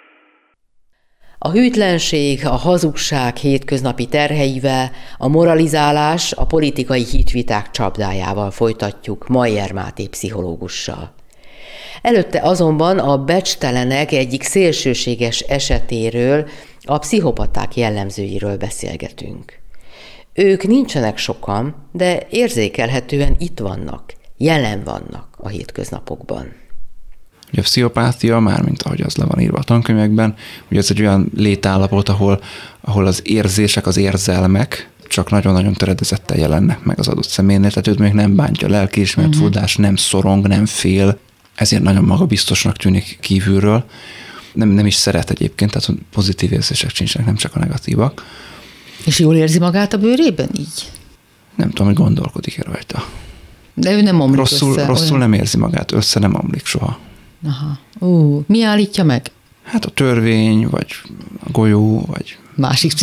A hűtlenség, a hazugság hétköznapi terheivel, a moralizálás, a politikai hitviták csapdájával folytatjuk Mayer Máté pszichológussal. Előtte azonban a becstelenek egyik szélsőséges esetéről, a pszichopaták jellemzőiről beszélgetünk. Ők nincsenek sokan, de érzékelhetően itt vannak, jelen vannak a hétköznapokban. Ugye a pszichopátia, mármint ahogy az le van írva a tankönyvekben, ugye ez egy olyan létállapot, ahol az érzések, az érzelmek csak nagyon-nagyon töredezetten jelennek meg az adott személynél, tehát őt még nem bántja a lelkiismeret furdás, nem szorong, nem fél, ezért nagyon magabiztosnak tűnik kívülről. Nem is szeret egyébként, tehát pozitív érzések sincsenek, nem csak a negatívak. És jól érzi magát a bőrében így? Nem tudom, hogy gondolkodik-e rajta. De ő nem omlik rosszul össze. Nem érzi magát, össze nem omlik soha. Aha. Mi állítja meg? Hát a törvény, vagy a golyó, vagy Másik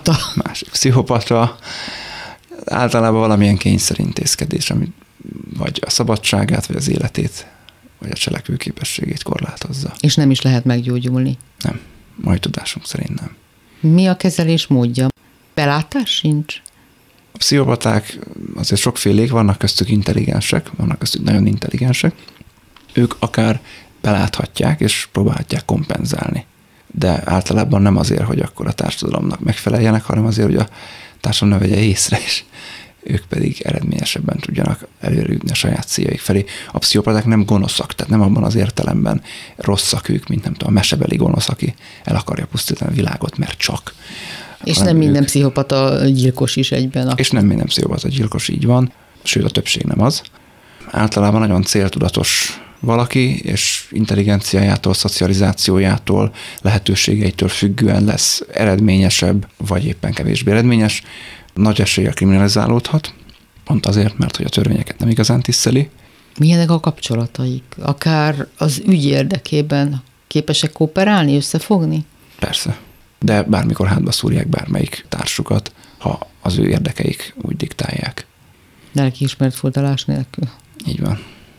pszichopata. Általában valamilyen kényszerintézkedés, ami vagy a szabadságát, vagy az életét, vagy a cselekvőképességét korlátozza. És nem is lehet meggyógyulni? Nem. Mai tudásunk szerint nem. Mi a kezelés módja? Belátás sincs? A pszichopaták azért sokfélék, vannak köztük intelligensek, vannak köztük nagyon intelligensek. Ők akár beláthatják és próbálhatják kompenzálni. De általában nem azért, hogy akkor a társadalomnak megfeleljenek, hanem azért, hogy a társadalom ne vegye észre, és ők pedig eredményesebben tudjanak előrejutni a saját céljaik felé. A pszichopaták nem gonoszak, tehát nem abban az értelemben rosszak ők, mint nem tudom, a mesebeli gonosz, aki el akarja pusztítani a világot, mert csak. És nem minden pszichopata gyilkos is egyben. És nem minden pszichopata gyilkos, így van, sőt a többség nem az. Általában nagyon céltudatos valaki, és intelligenciájától, szocializációjától, lehetőségeitől függően lesz eredményesebb, vagy éppen kevésbé eredményes, nagy eséllyel kriminalizálódhat, pont azért, mert hogy a törvényeket nem igazán tiszteli. Milyenek a kapcsolataik? Akár az ügy érdekében képesek kooperálni, összefogni? Persze, de bármikor hátba szúrják bármelyik társukat, ha az ő érdekeik úgy diktálják. Lelkiismeret fordulás nélkül. Így van.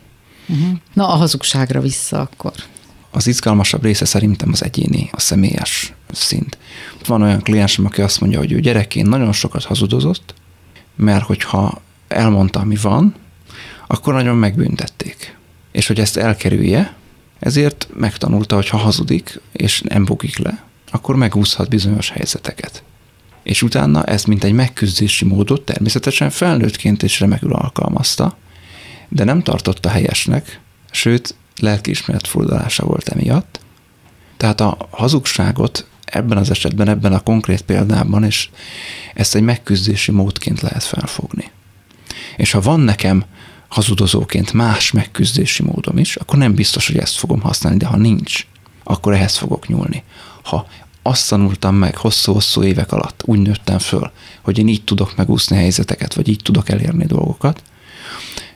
Na, a hazugságra vissza akkor. Az izgalmasabb része szerintem az egyéni, a személyes szint. Van olyan kliensem, aki azt mondja, hogy ő gyerekként nagyon sokat hazudozott, mert hogyha elmondta, ami van, akkor nagyon megbüntették. És hogy ezt elkerülje, ezért megtanulta, hogy ha hazudik, és nem bukik le, akkor megúszhat bizonyos helyzeteket. És utána ezt, mint egy megküzdési módot természetesen felnőttként is remekül alkalmazta, de nem tartotta helyesnek, sőt, lelkiismeret furdalása volt emiatt. Tehát a hazugságot ebben az esetben, ebben a konkrét példában is ezt egy megküzdési módként lehet felfogni. És ha van nekem hazudozóként más megküzdési módom is, akkor nem biztos, hogy ezt fogom használni, de ha nincs, akkor ehhez fogok nyúlni. Ha azt tanultam meg hosszú-hosszú évek alatt, úgy nőttem föl, hogy én így tudok megúszni helyzeteket, vagy így tudok elérni dolgokat,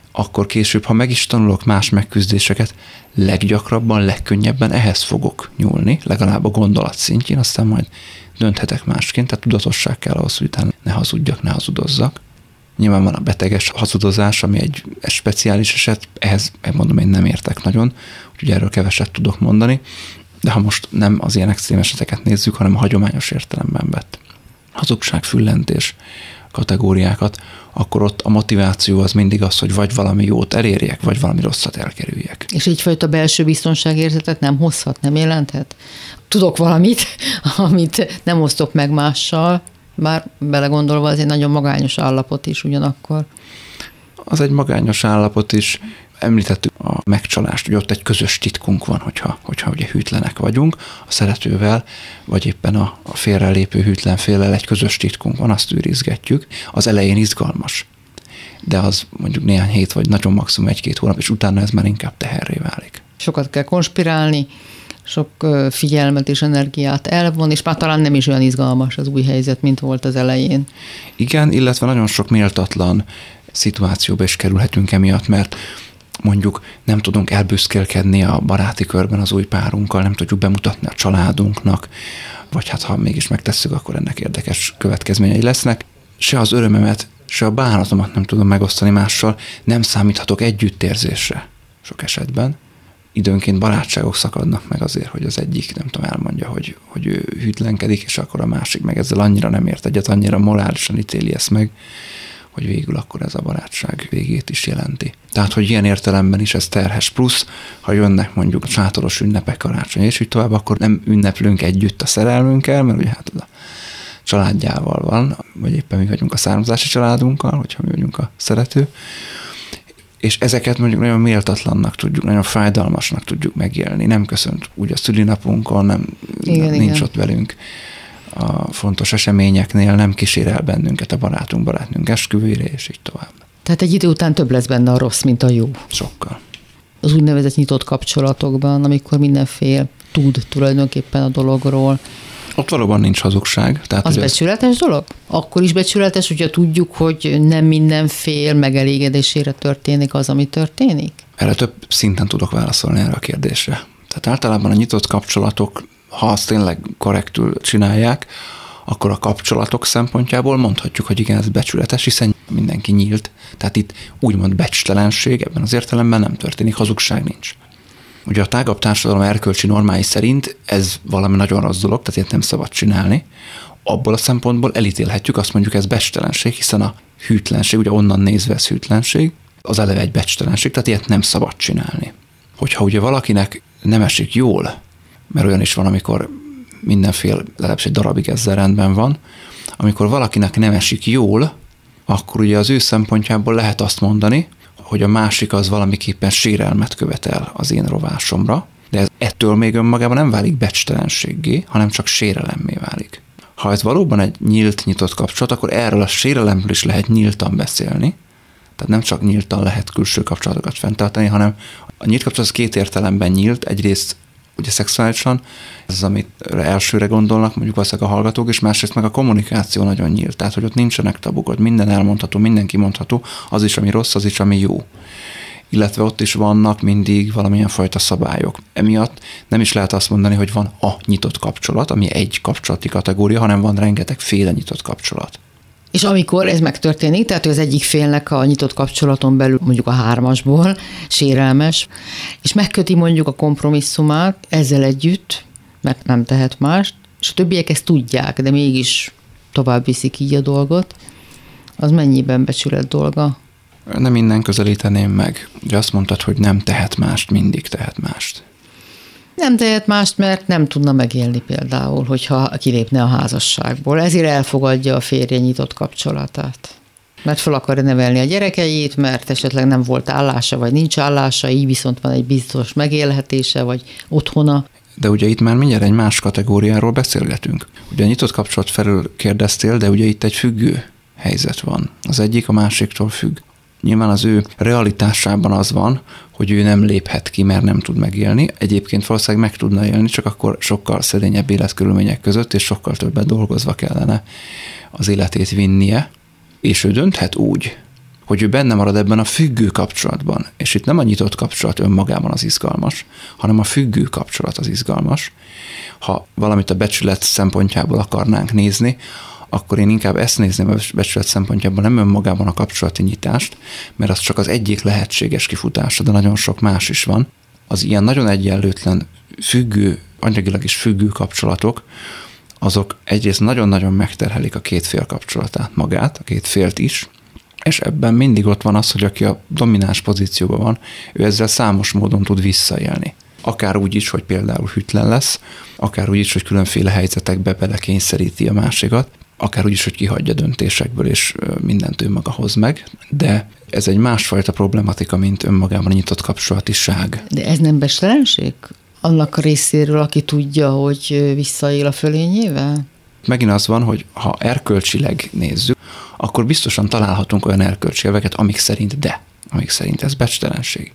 akkor később, ha meg is tanulok más megküzdéseket, leggyakrabban, legkönnyebben ehhez fogok nyúlni, legalább a gondolat szintjén, aztán majd dönthetek másként, tehát tudatosság kell ahhoz, hogy utána ne hazudjak, ne hazudozzak. Nyilván van a beteges hazudozás, ami egy speciális eset, ehhez mondom, én nem értek nagyon, úgyhogy erről keveset tudok mondani, de ha most nem az ilyen extrém eseteket nézzük, hanem a hagyományos értelemben vett hazugság, füllentés kategóriákat, akkor ott a motiváció az mindig az, hogy vagy valami jót elérjek, vagy valami rosszat elkerüljek. És egyfajta belső biztonságérzetet nem hozhat, nem jelenthet? Tudok valamit, amit nem osztok meg mással, bár belegondolva az egy nagyon magányos állapot is ugyanakkor. Az egy magányos állapot is. Említettük a megcsalást, hogy ott egy közös titkunk van, hogyha ugye hűtlenek vagyunk, a szeretővel, vagy éppen a félrelépő hűtlen féllel egy közös titkunk van, azt őrizgetjük. Az elején izgalmas, de az mondjuk néhány hét, vagy nagyon maximum 1-2 hónap, és utána ez már inkább teherré válik. Sokat kell konspirálni, sok figyelmet és energiát elvon, és már talán nem is olyan izgalmas az új helyzet, mint volt az elején. Igen, illetve nagyon sok méltatlan szituációba is kerülhetünk emiatt, mert mondjuk nem tudunk elbüszkélkedni a baráti körben az új párunkkal, nem tudjuk bemutatni a családunknak, vagy hát ha mégis megtesszük, akkor ennek érdekes következményei lesznek. Se az örömömet, se a bánatomat nem tudom megosztani mással, nem számíthatok együttérzésre sok esetben. Időnként barátságok szakadnak meg azért, hogy az egyik, nem tudom, elmondja, hogy ő hűtlenkedik, és akkor a másik meg ezzel annyira nem ért egyet, annyira morálisan ítéli ezt meg, hogy végül akkor ez a barátság végét is jelenti. Tehát, hogy ilyen értelemben is ez terhes, plusz, ha jönnek mondjuk sátoros ünnepek, karácsony és így tovább, akkor nem ünneplünk együtt a szerelmünkkel, mert ugye hát a családjával van, vagy éppen mi vagyunk a származási családunkkal, hogyha mi vagyunk a szerető, és ezeket mondjuk nagyon méltatlannak tudjuk, nagyon fájdalmasnak tudjuk megélni. Nem köszönt úgy a szülinapunkon, nincs ott velünk a fontos eseményeknél, nem kísér el bennünket a barátnőnk esküvőjére, és így tovább. Tehát egy idő után több lesz benne a rossz, mint a jó. Sokkal. Az úgynevezett nyitott kapcsolatokban, amikor mindenfél tud tulajdonképpen a dologról. Ott valóban nincs hazugság. Tehát az becsületes dolog? Akkor is becsületes, hogyha tudjuk, hogy nem minden fél megelégedésére történik az, ami történik? Erre több szinten tudok válaszolni erre a kérdésre. Tehát általában a nyitott kapcsolatok, ha azt tényleg korrektül csinálják, akkor a kapcsolatok szempontjából mondhatjuk, hogy igen, ez becsületes, hiszen mindenki nyílt. Tehát itt úgymond becstelenség, ebben az értelemben nem történik, hazugság nincs. Ugye a tágabb társadalom erkölcsi normái szerint ez valami nagyon rossz dolog, tehát ilyet nem szabad csinálni. Abból a szempontból elítélhetjük, azt mondjuk ez becstelenség, hiszen a hűtlenség, ugye onnan nézve ez hűtlenség, az eleve egy becstelenség, tehát ilyet nem szabad csinálni. Hogyha ugye valakinek nem esik jól, mert olyan is van, amikor mindenféle, legalábbis egy darabig ezzel rendben van, amikor valakinek nem esik jól, akkor ugye az ő szempontjából lehet azt mondani, hogy a másik az valamiképpen sérelmet követel az én rovásomra, de ez ettől még önmagában nem válik becstelenséggé, hanem csak sérelemmé válik. Ha ez valóban egy nyitott kapcsolat, akkor erről a sérelemről is lehet nyíltan beszélni, tehát nem csak nyíltan lehet külső kapcsolatokat fenntartani, hanem a nyílt kapcsolat az két értelemben nyílt, egyrészt ugye szexuálisan, ez az, amit elsőre gondolnak, mondjuk valószínűleg a hallgatók, és másrészt meg a kommunikáció nagyon nyílt, tehát hogy ott nincsenek tabuk, ott minden elmondható, mindenki mondható, az is, ami rossz, az is, ami jó. Illetve ott is vannak mindig valamilyen fajta szabályok. Emiatt nem is lehet azt mondani, hogy van a nyitott kapcsolat, ami egy kapcsolati kategória, hanem van rengetegféle nyitott kapcsolat. És amikor ez megtörténik, tehát az egyik félnek a nyitott kapcsolaton belül, mondjuk a 3-asból sérelmes, és megköti mondjuk a kompromisszumát ezzel együtt, mert nem tehet mást, és a többiek ezt tudják, de mégis tovább viszik így a dolgot, az mennyiben becsület dolga? Nem innen közelíteném meg. Ugye azt mondtad, hogy nem tehet mást, mindig tehet mást. Nem tehet mást, mert nem tudna megélni például, hogyha kilépne a házasságból. Ezért elfogadja a férje nyitott kapcsolatát. Mert fel akarja nevelni a gyerekeit, mert esetleg nem volt állása, vagy nincs állása, így viszont van egy biztos megélhetése, vagy otthona. De ugye itt már mindjárt egy más kategóriáról beszélgetünk. Ugye a nyitott kapcsolat felül kérdeztél, de ugye itt egy függő helyzet van. Az egyik a másiktól függ. Nyilván az ő realitásában az van, hogy ő nem léphet ki, mert nem tud megélni. Egyébként valószínűleg meg tudna élni, csak akkor sokkal szerényebb életkörülmények között, és sokkal többet dolgozva kellene az életét vinnie. És ő dönthet úgy, hogy ő benne marad ebben a függő kapcsolatban. És itt nem a nyitott kapcsolat önmagában az izgalmas, hanem a függő kapcsolat az izgalmas. Ha valamit a becsület szempontjából akarnánk nézni, akkor én inkább ezt nézném a becsület szempontjából, nem önmagában a kapcsolati nyitást, mert az csak az egyik lehetséges kifutása, de nagyon sok más is van. Az ilyen nagyon egyenlőtlen, függő, anyagilag is függő kapcsolatok, azok egyrészt nagyon-nagyon megterhelik a két fél kapcsolatát, magát, a két félt is, és ebben mindig ott van az, hogy aki a domináns pozícióban van, ő ezzel számos módon tud visszaélni. Akár úgy is, hogy például hűtlen lesz, akár úgy is, hogy különféle helyzetekbe belekényszeríti a másikat, akár úgy is, hogy kihagyja döntésekből, és mindent ő maga hoz meg, de ez egy másfajta problematika, mint önmagában a nyitott kapcsolatiság. De ez nem becstelenség? Annak a részéről, aki tudja, hogy visszaél a fölényével? Megint az van, hogy ha erkölcsileg nézzük, akkor biztosan találhatunk olyan erkölcsi elveket, amik szerint ez becstelenség.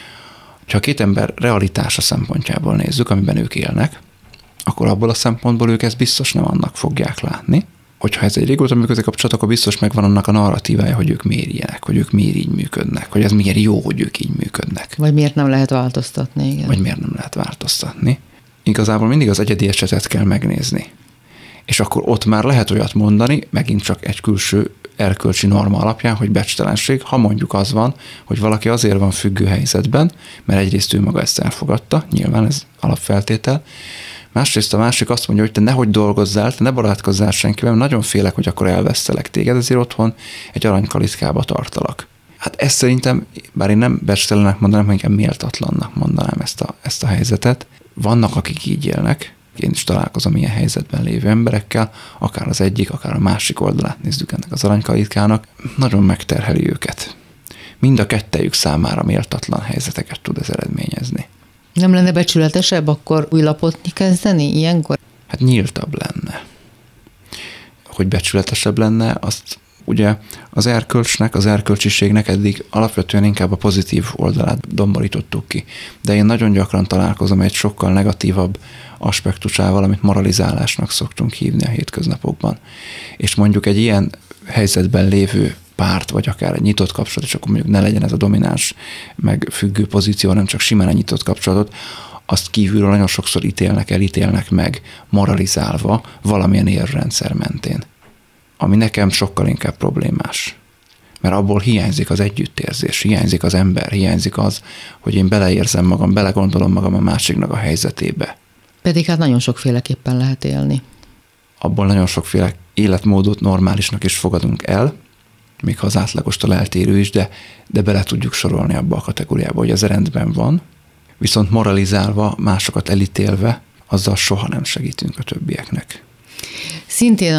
Ha a két ember realitása szempontjából nézzük, amiben ők élnek, akkor abból a szempontból ők ezt biztos nem annak fogják látni. Hogyha ez egy régóta működik a kapcsolat, akkor biztos megvan annak a narratívája, hogy ők miért ilyenek, hogy ők miért így működnek, hogy ez miért jó, hogy ők így működnek. Vagy miért nem lehet változtatni. Igen. Vagy miért nem lehet változtatni. Igazából mindig az egyedi esetet kell megnézni. És akkor ott már lehet olyat mondani, megint csak egy külső erkölcsi norma alapján, hogy becstelenség, ha mondjuk az van, hogy valaki azért van függő helyzetben, mert egyrészt ő maga ezt elfogadta, nyilván ez alapfeltétel, másrészt a másik azt mondja, hogy te nehogy dolgozzál, te ne barátkozzál senkivel, mert nagyon félek, hogy akkor elvesztelek téged, ezért otthon egy aranykalitkába tartalak. Hát ezt szerintem, bár én nem becstelenek mondanám, hanem inkább méltatlannak mondanám ezt a helyzetet. Vannak, akik így élnek, én is találkozom ilyen helyzetben lévő emberekkel, akár az egyik, akár a másik oldalát nézzük ennek az aranykalitkának, nagyon megterheli őket. Mind a kettejük számára méltatlan helyzeteket tud ez eredményezni. Nem lenne becsületesebb akkor új lapot kezdeni ilyenkor? Hát nyíltabb lenne. Hogy becsületesebb lenne, azt ugye az erkölcsnek, az erkölcsiségnek eddig alapvetően inkább a pozitív oldalát domborítottuk ki. De én nagyon gyakran találkozom egy sokkal negatívabb aspektusával, amit moralizálásnak szoktunk hívni a hétköznapokban. És mondjuk egy ilyen helyzetben lévő párt, vagy akár egy nyitott kapcsolat, és akkor mondjuk ne legyen ez a domináns, meg függő pozíció, hanem csak simán egy nyitott kapcsolatot, azt kívülről nagyon sokszor elítélnek meg, moralizálva valamilyen érvrendszer mentén. Ami nekem sokkal inkább problémás. Mert abból hiányzik az együttérzés, hiányzik az ember, hiányzik az, hogy én beleérzem magam, belegondolom magam a másiknak a helyzetébe. Pedig hát nagyon sokféleképpen lehet élni. Abból nagyon sokféle életmódot normálisnak is fogadunk el, még ha az átlagostól eltérő is, de bele tudjuk sorolni abba a kategóriába, hogy ez rendben van, viszont moralizálva, másokat elítélve, azzal soha nem segítünk a többieknek. Szintén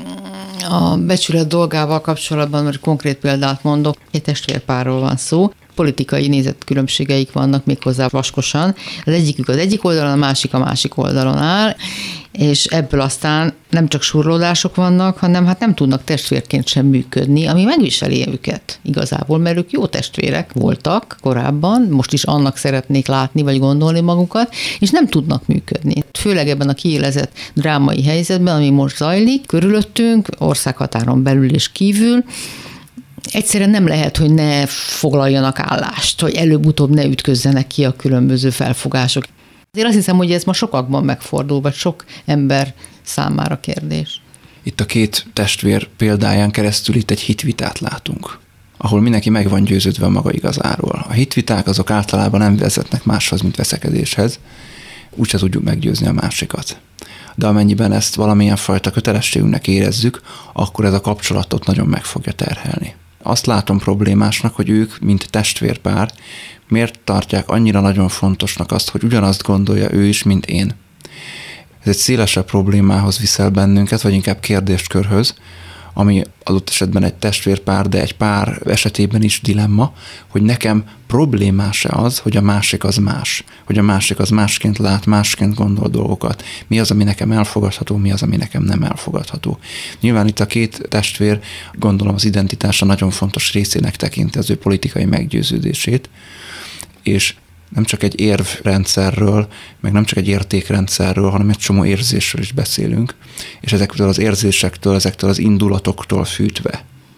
a becsület dolgával kapcsolatban, mert konkrét példát mondok, egy testvérpárról van szó, politikai nézetkülönbségeik vannak méghozzá vaskosan. Az egyikük az egyik oldalon, a másik oldalon áll, és ebből aztán nem csak surlódások vannak, hanem hát nem tudnak testvérként sem működni, ami megviseli őket igazából, mert ők jó testvérek voltak korábban, most is annak szeretnék látni, vagy gondolni magukat, és nem tudnak működni. Főleg ebben a kiélezett drámai helyzetben, ami most zajlik körülöttünk, országhatáron belül és kívül, egyszerűen nem lehet, hogy ne foglaljanak állást, hogy előbb-utóbb ne ütközzenek ki a különböző felfogások. Azért azt hiszem, hogy ez ma sokakban megfordul, vagy sok ember számára kérdés. Itt a két testvér példáján keresztül itt egy hitvitát látunk, ahol mindenki meg van győződve maga igazáról. A hitviták azok általában nem vezetnek máshoz, mint veszekedéshez, úgyse tudjuk meggyőzni a másikat. De amennyiben ezt valamilyen fajta kötelességünknek érezzük, akkor ez a kapcsolatot nagyon meg fogja terhelni. Azt látom problémásnak, hogy ők, mint testvérpár, miért tartják annyira nagyon fontosnak azt, hogy ugyanazt gondolja ő is, mint én. Ez egy szélesebb problémához viszel bennünket, vagy inkább kérdéskörhöz, ami adott esetben egy testvérpár, de egy pár esetében is dilemma, hogy nekem problémás-e az, hogy a másik az más, hogy a másik az másként lát, másként gondol dolgokat. Mi az, ami nekem elfogadható, mi az, ami nekem nem elfogadható. Nyilván itt a két testvér, gondolom az identitása nagyon fontos részének tekinti az ő politikai meggyőződését, és nem csak egy érvrendszerről, meg nem csak egy értékrendszerről, hanem egy csomó érzésről is beszélünk, és ezektől az érzésektől, ezektől az indulatoktól fűtve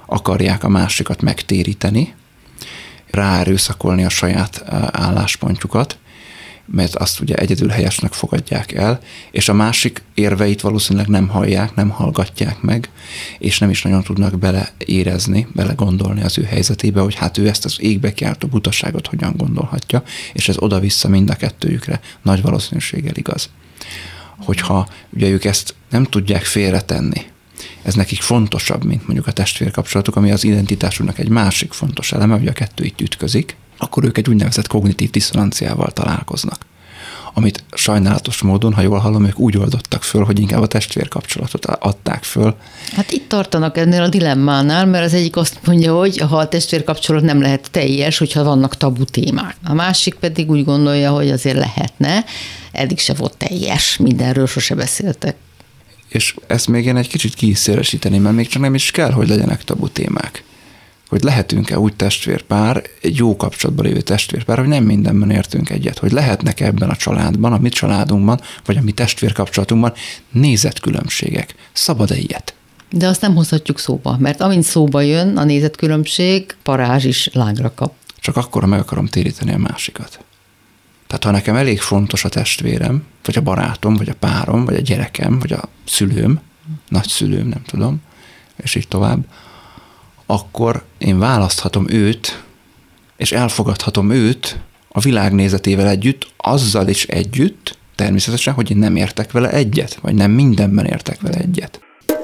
akarják a másikat megtéríteni, ráerőszakolni a saját álláspontjukat, mert azt ugye egyedül helyesnek fogadják el, és a másik érveit valószínűleg nem hallják, nem hallgatják meg, és nem is nagyon tudnak beleérezni, belegondolni az ő helyzetébe, hogy hát ő ezt az égbe kiáltó butaságot hogyan gondolhatja, és ez oda-vissza mind a kettőjükre nagy valószínűséggel igaz. Hogyha ugye ők ezt nem tudják félretenni, ez nekik fontosabb, mint mondjuk a testvérkapcsolatuk, ami az identitásunknak egy másik fontos eleme, hogy a kettő itt ütközik, akkor ők egy úgynevezett kognitív diszonanciával találkoznak. Amit sajnálatos módon, ha jól hallom, ők úgy oldottak föl, hogy inkább a testvérkapcsolatot adták föl. Hát itt tartanak ennél a dilemmánál, mert az egyik azt mondja, hogy ha a testvérkapcsolat nem lehet teljes, hogyha vannak tabu témák. A másik pedig úgy gondolja, hogy azért lehetne, eddig se volt teljes, mindenről sose beszéltek. És ezt még én egy kicsit ki is szélesíteni, mert még csak nem is kell, hogy legyenek tabu témák. Hogy lehetünk-e úgy testvérpár, egy jó kapcsolatban lévő testvérpár, hogy nem mindenben értünk egyet, hogy lehetnek ebben a családban, a mi családunkban, vagy a mi testvérkapcsolatunkban nézetkülönbségek. Szabad-e ilyet? De azt nem hozhatjuk szóba, mert amint szóba jön a nézetkülönbség, parázs is lángra kap. Csak akkor meg akarom téríteni a másikat. Tehát ha nekem elég fontos a testvérem, vagy a barátom, vagy a párom, vagy a gyerekem, vagy a szülőm, nagyszülőm, nem tudom, és így tovább, akkor én választhatom őt, és elfogadhatom őt a világnézetével együtt, azzal is együtt, természetesen, hogy én nem értek vele egyet, vagy nem mindenben értek vele egyet.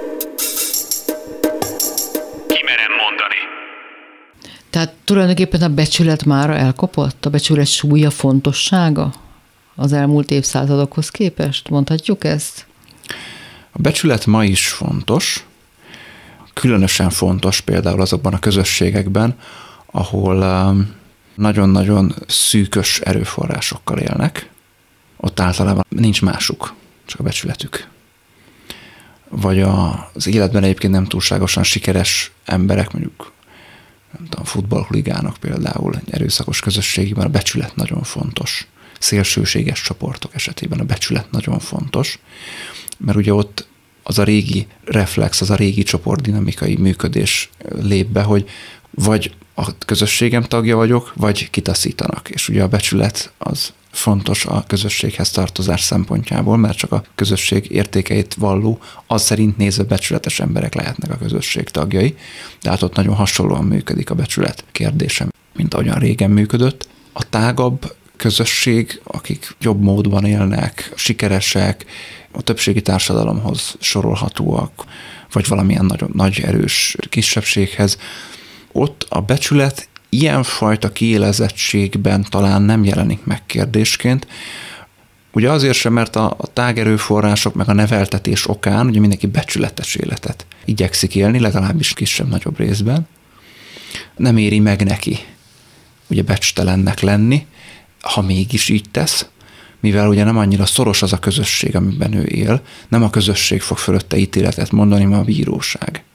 Kimerem mondani. Tehát tulajdonképpen a becsület mára elkopott? A becsület súlya, fontossága az elmúlt évszázadokhoz képest? Mondhatjuk ezt? A becsület ma is fontos, különösen fontos például azokban a közösségekben, ahol nagyon-nagyon szűkös erőforrásokkal élnek, ott általában nincs másuk, csak a becsületük. Vagy az életben egyébként nem túlságosan sikeres emberek, mondjuk nem tudom, futballhuligánok például, egy erőszakos közösségben a becsület nagyon fontos. Szélsőséges csoportok esetében a becsület nagyon fontos, mert ugye ott az a régi reflex, az a régi csoportdinamikai működés lép be, hogy vagy a közösségem tagja vagyok, vagy kitaszítanak. És ugye a becsület az fontos a közösséghez tartozás szempontjából, mert csak a közösség értékeit valló, az szerint nézve becsületes emberek lehetnek a közösség tagjai. De hát ott nagyon hasonlóan működik a becsület kérdése, mint ahogyan régen működött. A tágabb közösség, akik jobb módban élnek, sikeresek, a többségi társadalomhoz sorolhatóak, vagy valamilyen nagyon nagy, erős kisebbséghez, ott a becsület ilyenfajta kiélezettségben talán nem jelenik meg kérdésként. Ugye azért sem, mert a tágerőforrások meg a neveltetés okán ugye mindenki becsületes életet igyekszik élni, legalábbis kisebb-nagyobb részben. Nem éri meg neki ugye becstelennek lenni, ha mégis így tesz, mivel ugye nem annyira szoros az a közösség, amiben ő él, nem a közösség fog fölötte ítéletet mondani, hanem a bíróság.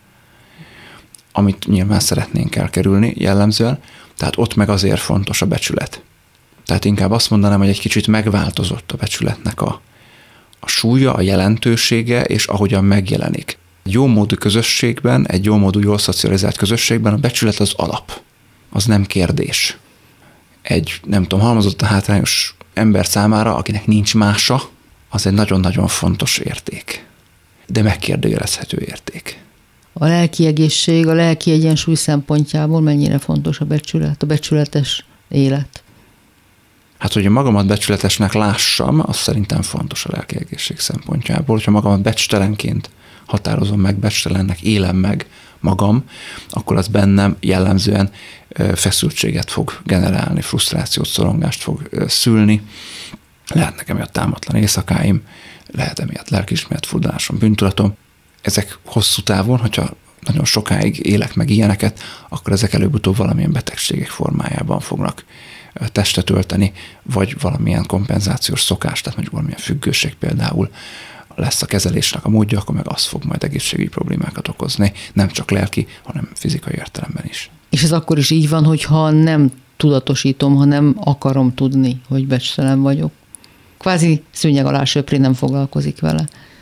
Amit nyilván szeretnénk elkerülni jellemzően, tehát ott meg azért fontos a becsület. Tehát inkább azt mondanám, hogy egy kicsit megváltozott a becsületnek a súlya, a jelentősége, és ahogyan megjelenik. Egy jómódú közösségben, egy jómódú, jól szocializált közösségben a becsület az alap, az nem kérdés. Egy, nem tudom, halmozottan hátrányos ember számára, akinek nincs mása, az egy nagyon-nagyon fontos érték. De megkérdőjelezhető érték. A lelki egészség, a lelki egyensúly szempontjából mennyire fontos a becsület, a becsületes élet? Hát, hogy magamat becsületesnek lássam, az szerintem fontos a lelki egészség szempontjából. Hogyha magamat becstelenként határozom meg, becstelennek élem meg magam, akkor az bennem jellemzően feszültséget fog generálni, frusztrációt, szorongást fog szülni. Lehetnek emiatt álmatlan éjszakáim, lehet emiatt lelkiismeret furdalásom, bűntudatom. Ezek hosszú távon, hogyha nagyon sokáig élek meg ilyeneket, akkor ezek előbb-utóbb valamilyen betegségek formájában fognak testet ölteni, vagy valamilyen kompenzációs szokás, tehát mondjuk valamilyen függőség például lesz a kezelésnek a módja, akkor meg az fog majd egészségügyi problémákat okozni, nem csak lelki, hanem fizikai értelemben is. És ez akkor is így van, hogyha nem tudatosítom, hanem akarom tudni, hogy becstelen vagyok. Kvázi szőnyeg alá söpri, nem foglalkozik vele.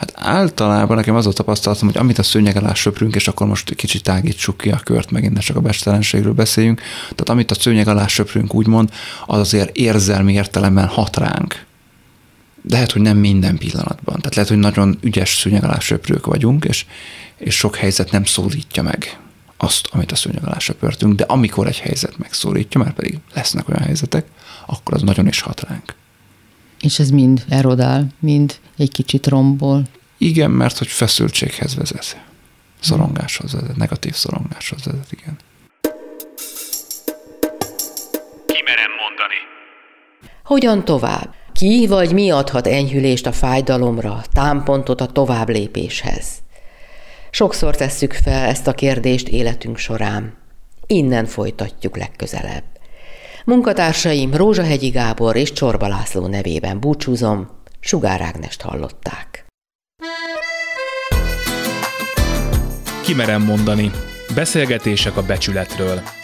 Hát általában nekem az a tapasztalatom, hogy amit a szőnyeg alá söprünk, és akkor most kicsit tágítsuk ki a kört, megint ne csak a becstelenségről beszéljünk, tehát amit a szőnyeg alá söprünk, úgymond, az azért érzelmi értelemben hat ránk. De lehet, hogy nem minden pillanatban. Tehát lehet, hogy nagyon ügyes szőnyeg alá söprők vagyunk, és sok helyzet nem szólítja meg azt, amit a szőnyeg alá söpörtünk, de amikor egy helyzet megszólítja, mert pedig lesznek olyan helyzetek, akkor az nagyon is hat ránk. És ez mind erodál, mind egy kicsit rombol. Igen, mert hogy feszültséghez vezet. Szorongáshoz vezet, negatív szorongáshoz vezet, igen. Kimerem mondani. Hogyan tovább? Ki vagy mi adhat enyhülést a fájdalomra, támpontot a továbblépéshez? Sokszor tesszük fel ezt a kérdést életünk során. Innen folytatjuk legközelebb. Munkatársaim Rózsahegyi Gábor és Csorba László nevében búcsúzom, Sugár Ágnest hallották. Kimerem mondani. Beszélgetések a becsületről.